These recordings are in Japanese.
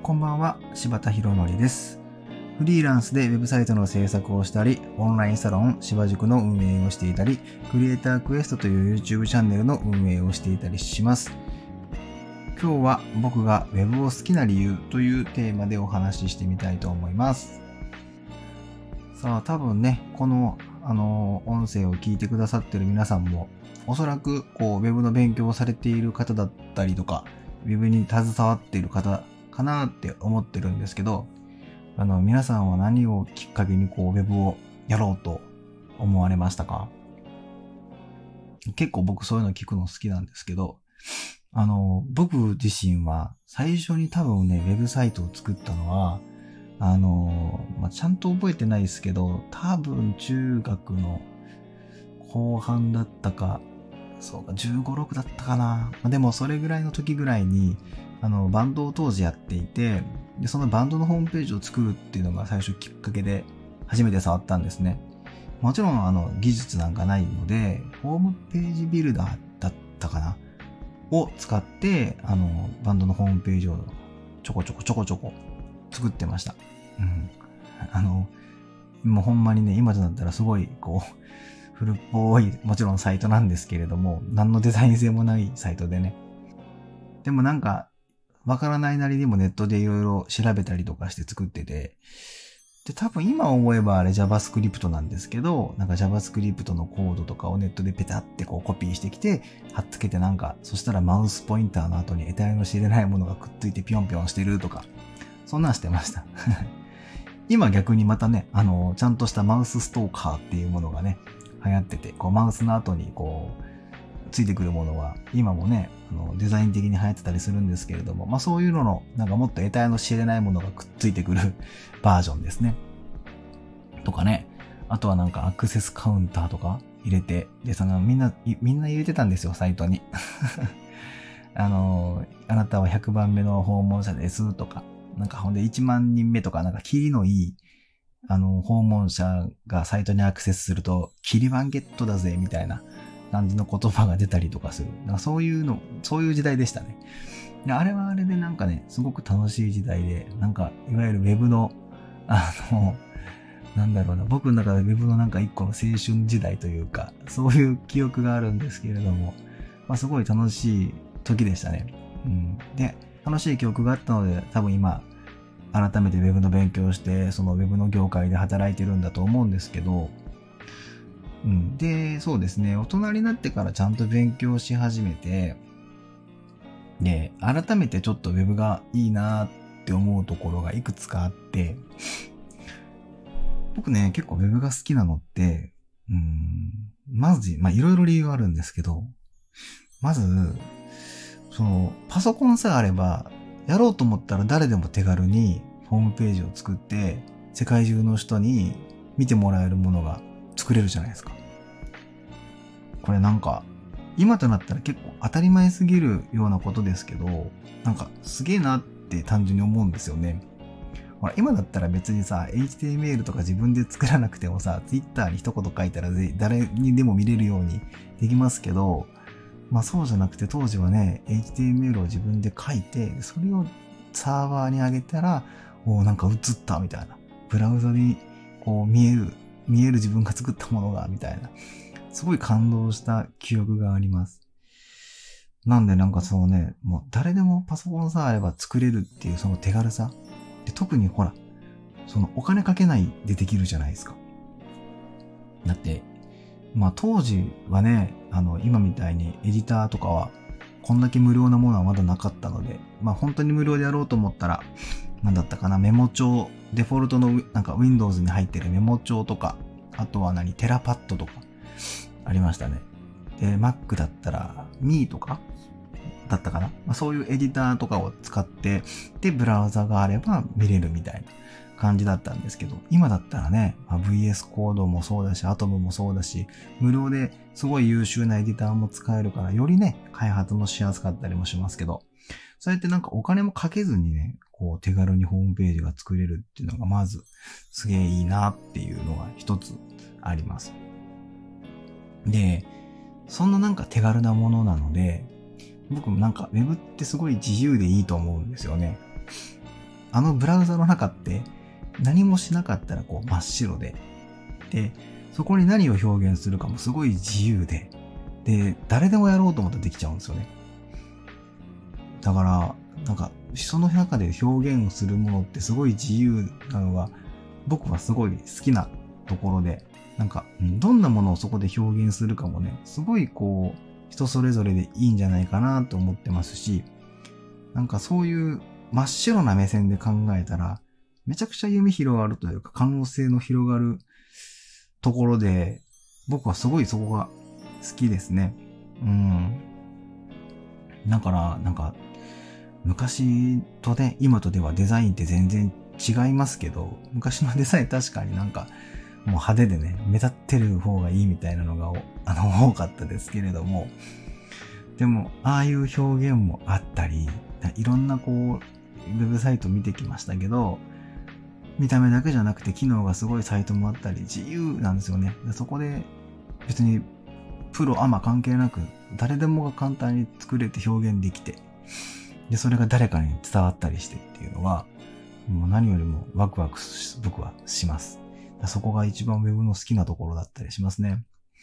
こんばんは、柴田博則です。フリーランスでウェブサイトの制作をしたり、オンラインサロン柴塾の運営をしていたり、クリエイタークエストという YouTube チャンネルの運営をしていたりします。今日は僕が Web を好きな理由というテーマでお話ししてみたいと思います。さあ、多分ね、この音声を聞いてくださっている皆さんも、おそらくWeb の勉強をされている方だったりとか、Web に携わっている方かなって思ってるんですけど、皆さんは何をきっかけにWeb をやろうと思われましたか？結構僕そういうの聞くの好きなんですけど、僕自身は最初に多分ね、ウェブサイトを作ったのは、ちゃんと覚えてないですけど、多分中学の後半だったか、そうか、15、6だったかな。でもそれぐらいの時ぐらいに、バンドを当時やっていて、で、そのバンドのホームページを作るっていうのが最初きっかけで初めて触ったんですね。もちろん技術なんかないので、ホームページビルダーだったかなを使って、バンドのホームページをちょこちょこ作ってました。もうほんまにね、今となったらすごい、古っぽい、もちろんサイトなんですけれども、何のデザイン性もないサイトでね。でもなんか、わからないなりにもネットでいろいろ調べたりとかして作ってて、で、多分今思えばあれ JavaScript なんですけど、なんか JavaScript のコードとかをネットでペタってコピーしてきて、貼っつけてそしたらマウスポインターの後に得体の知れないものがくっついてピョンピョンしてるとか、そんなんしてました。今逆にまたね、ちゃんとしたマウスストーカーっていうものがね、流行ってて、マウスの後についてくるものは、今もね、デザイン的に流行ってたりするんですけれども、そういうのの、もっと得体の知れないものがくっついてくるバージョンですね。とかね。あとはアクセスカウンターとか入れて、で、みんな入れてたんですよ、サイトに。あなたは100番目の訪問者ですとか、ほんで1万人目とか、キリのいい、訪問者がサイトにアクセスすると、キリワンゲットだぜ、みたいな感じの言葉が出たりとかする。そういう時代でしたね。で、あれはあれですごく楽しい時代で、いわゆるウェブの、僕の中でウェブの一個の青春時代というか、そういう記憶があるんですけれども、すごい楽しい時でしたね。で、楽しい記憶があったので、多分今、改めてウェブの勉強をして、そのウェブの業界で働いてるんだと思うんですけど、で、そうですね、大人になってからちゃんと勉強し始めて、で、改めてちょっとウェブがいいなって思うところがいくつかあって、僕ね、結構ウェブが好きなのって、まず、いろいろ理由があるんですけど、まず、パソコンさえあれば、やろうと思ったら誰でも手軽にホームページを作って、世界中の人に見てもらえるものが作れるじゃないですか。これ今となったら結構当たり前すぎるようなことですけど、すげえなって単純に思うんですよね。ほら、今だったら別にさ、HTML とか自分で作らなくてもさ、Twitter に一言書いたら誰にでも見れるようにできますけど、そうじゃなくて当時はね、HTML を自分で書いて、それをサーバーに上げたら、映ったみたいな。ブラウザに見える自分が作ったものが、みたいな。すごい感動した記憶があります。なんでもう誰でもパソコンさえあれば作れるっていうその手軽さ。で、特にほら、お金かけないでできるじゃないですか。だって、当時はね、今みたいにエディターとかは、こんだけ無料なものはまだなかったので、本当に無料でやろうと思ったら、メモ帳、デフォルトのWindows に入ってるメモ帳とか、あとはテラパッドとか、ありましたね。で、Mac だったら、Me とかだったかな、そういうエディターとかを使って、で、ブラウザがあれば見れるみたいな感じだったんですけど、今だったらね、VS コードもそうだし、Atom もそうだし、無料ですごい優秀なエディターも使えるから、よりね、開発もしやすかったりもしますけど、そうやってお金もかけずにね、手軽にホームページが作れるっていうのがまず、すげえいいなっていうのが一つあります。で、そんな手軽なものなので、僕もウェブってすごい自由でいいと思うんですよね。 あのブラウザの中って何もしなかったらこう真っ白で、で、そこに何を表現するかもすごい自由で、で、誰でもやろうと思ったらできちゃうんですよね。だから、なんか、その中で表現をするものってすごい自由なのが、僕はすごい好きなところで、なんか、どんなものをそこで表現するかもね、すごいこう、人それぞれでいいんじゃないかなと思ってますし、なんかそういう真っ白な目線で考えたら、めちゃくちゃ夢広がるというか、可能性の広がるところで、僕はすごいそこが好きですね。だから、なんか、昔とね、今とではデザインって全然違いますけど、昔のデザイン確かになんか、もう派手でね、目立ってる方がいいみたいなのが多かったですけれども、でも、ああいう表現もあったり、いろんなこう、ウェブサイト見てきましたけど、見た目だけじゃなくて機能がすごいサイトもあったり、自由なんですよね。でそこで、別に、プロ、アマ関係なく、誰でもが簡単に作れて表現できて、で、それが誰かに伝わったりしてっていうのは、もう何よりもワクワク僕はします。そこが一番ウェブの好きなところだったりしますね。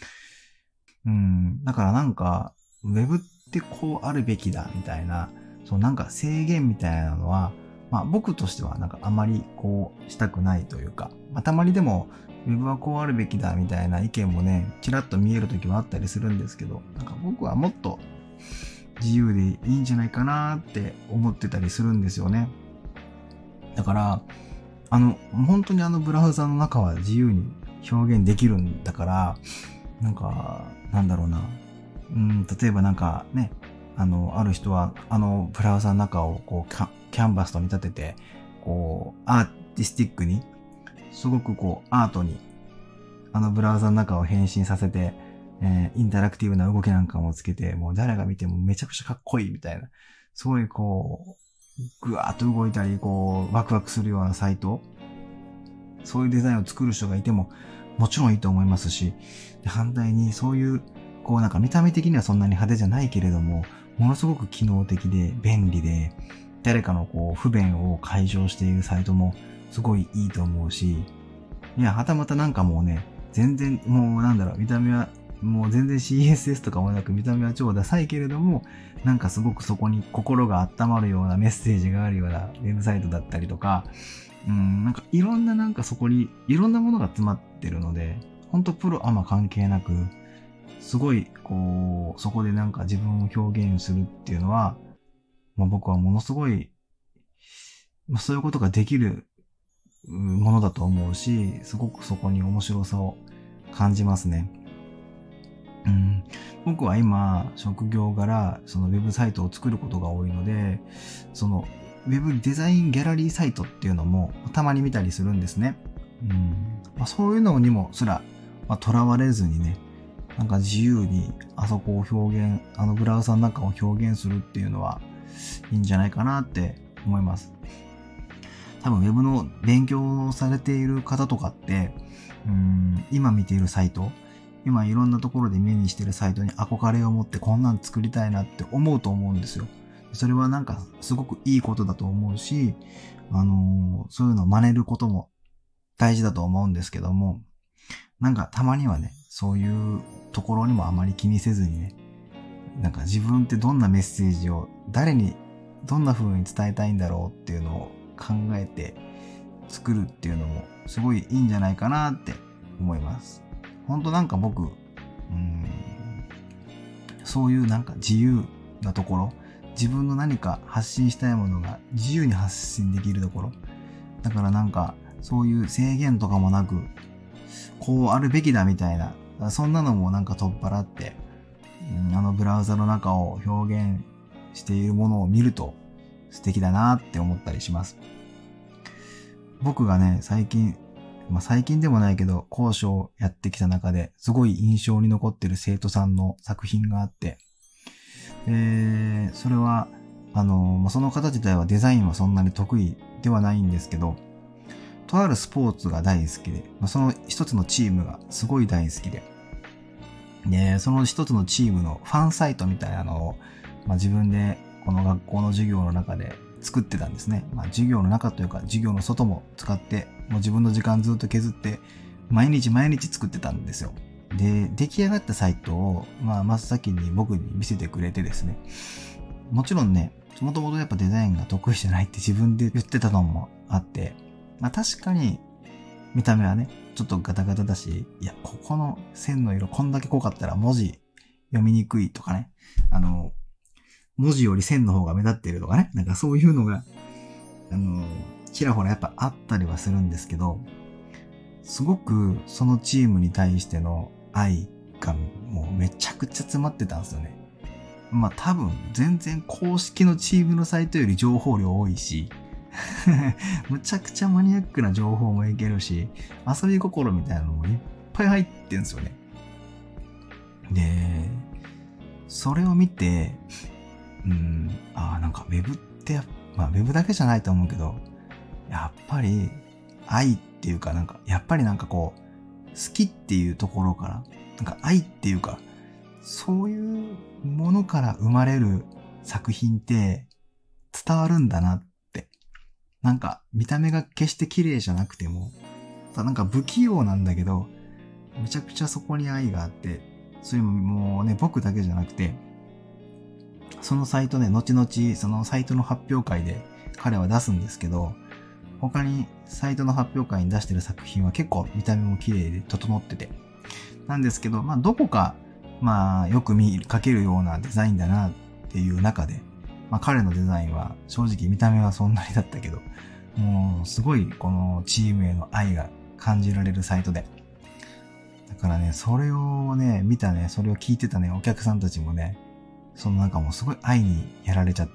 だからなんか、ウェブってこうあるべきだみたいな、そうなんか制限みたいなのは、まあ僕としてはなんかあまりこうしたくないというか、まあたまにでもウェブはこうあるべきだみたいな意見もね、ちらっと見えるときはあったりするんですけど、なんか僕はもっと自由でいいんじゃないかなって思ってたりするんですよね。だから、本当にブラウザの中は自由に表現できるんだから、なんか、なんだろうな。例えばなんかね、ある人は、ブラウザの中をこう、キャンバスと見立てて、こう、アーティスティックに、すごくこう、アートに、ブラウザの中を変身させて、インタラクティブな動きなんかもつけて、もう誰が見てもめちゃくちゃかっこいいみたいな、すごいこう、ぐわーっと動いたり、こう、ワクワクするようなサイト、そういうデザインを作る人がいても、もちろんいいと思いますし、反対にそういう、こうなんか見た目的にはそんなに派手じゃないけれども、ものすごく機能的で便利で、誰かのこう不便を解消しているサイトもすごいいいと思うし、いや、はたまたなんかもうね、全然もうなんだろう、見た目はもう全然 CSS とかもなく見た目は超ダサいけれども、なんかすごくそこに心が温まるようなメッセージがあるようなウェブサイトだったりとか、なんかいろんななんかそこにいろんなものが詰まってるので、ほんとプロアマ関係なく、すごいこう、そこでなんか自分を表現するっていうのは、まあ、僕はものすごい、まあ、そういうことができるものだと思うし、すごくそこに面白さを感じますね。僕は今、職業柄、そのウェブサイトを作ることが多いので、そのウェブデザインギャラリーサイトっていうのもたまに見たりするんですね。まあ、そういうのにもすら、まあ、囚われずにね、なんか自由にあそこを表現、ブラウザの中を表現するっていうのはいいんじゃないかなって思います。多分ウェブの勉強をされている方とかって、今見ているサイト、今いろんなところで目にしているサイトに憧れを持ってこんなん作りたいなって思うと思うんですよ。それはなんかすごくいいことだと思うし、そういうのを真似ることも大事だと思うんですけども、なんかたまにはね、そういうところにもあまり気にせずにね、なんか自分ってどんなメッセージを誰にどんな風に伝えたいんだろうっていうのを考えて作るっていうのもすごいいいんじゃないかなって思います。ほんとなんか僕、そういうなんか自由なところ、自分の何か発信したいものが自由に発信できるところ。だからなんかそういう制限とかもなく、こうあるべきだみたいな、そんなのもなんか取っ払って、ブラウザの中を表現しているものを見ると素敵だなって思ったりします。僕がね、最近でもないけど、講師をやってきた中ですごい印象に残ってる生徒さんの作品があって、それは、その方自体はデザインはそんなに得意ではないんですけど、とあるスポーツが大好きで、その一つのチームがすごい大好きで、で、その一つのチームのファンサイトみたいなのを、自分でこの学校の授業の中で作ってたんですね。まあ授業の中というか授業の外も使って、もう自分の時間ずっと削って、毎日毎日作ってたんですよ。で、出来上がったサイトを、まあ真っ先に僕に見せてくれてですね。もちろんね、もともとやっぱデザインが得意じゃないって自分で言ってたのもあって、まあ確かに見た目はね、ちょっとガタガタだし、いや、ここの線の色こんだけ濃かったら文字読みにくいとかね。文字より線の方が目立っているとかね。なんかそういうのが、ちらほらやっぱあったりはするんですけど、すごくそのチームに対しての愛がもうめちゃくちゃ詰まってたんですよね。まあ多分全然公式のチームのサイトより情報量多いし、むちゃくちゃマニアックな情報もいけるし、遊び心みたいなのもいっぱい入ってんですよね。で、それを見て、なんかウェブってまあウェブだけじゃないと思うけど、やっぱり愛っていうかやっぱりこう、好きっていうところから、愛っていうか、そういうものから生まれる作品って伝わるんだなって。見た目が決して綺麗じゃなくても、不器用なんだけど、めちゃくちゃそこに愛があって、それももうね、僕だけじゃなくて、そのサイトね、後々そのサイトの発表会で彼は出すんですけど、他にサイトの発表会に出してる作品は結構見た目も綺麗で整ってて。なんですけど、まあどこか、まあよくかけるようなデザインだなっていう中で、まあ彼のデザインは正直見た目はそんなにだったけど、もうすごいこのチームへの愛が感じられるサイトで。だからね、それをね、見たね、それを聞いてたね、お客さんたちもね、そのもうすごい愛にやられちゃって、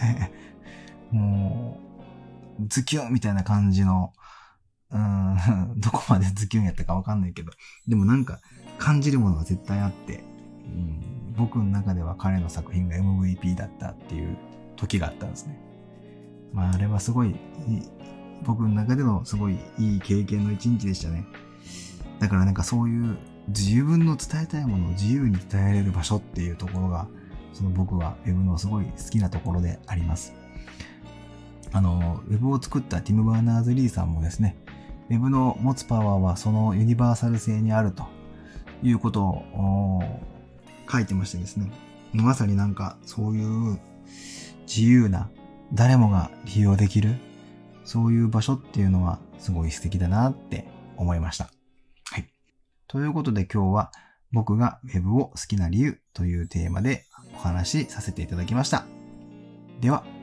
もう、ズキュンみたいな感じの、どこまでズキュンやったかわかんないけど、でも感じるものが絶対あって、僕の中では彼の作品が MVP だったっていう時があったんですね。まああれはすごい、僕の中でのすごいいい経験の一日でしたね。だからそういう自分の伝えたいものを自由に伝えられる場所っていうところが、その僕は Web のすごい好きなところであります。Web を作ったティム・バーナーズ・リーさんもですね、Web の持つパワーはそのユニバーサル性にあるということを書いてましてですね、まさにそういう自由な誰もが利用できるそういう場所っていうのはすごい素敵だなって思いました。はい。ということで今日は僕が Web を好きな理由というテーマでお話しさせていただきました。では。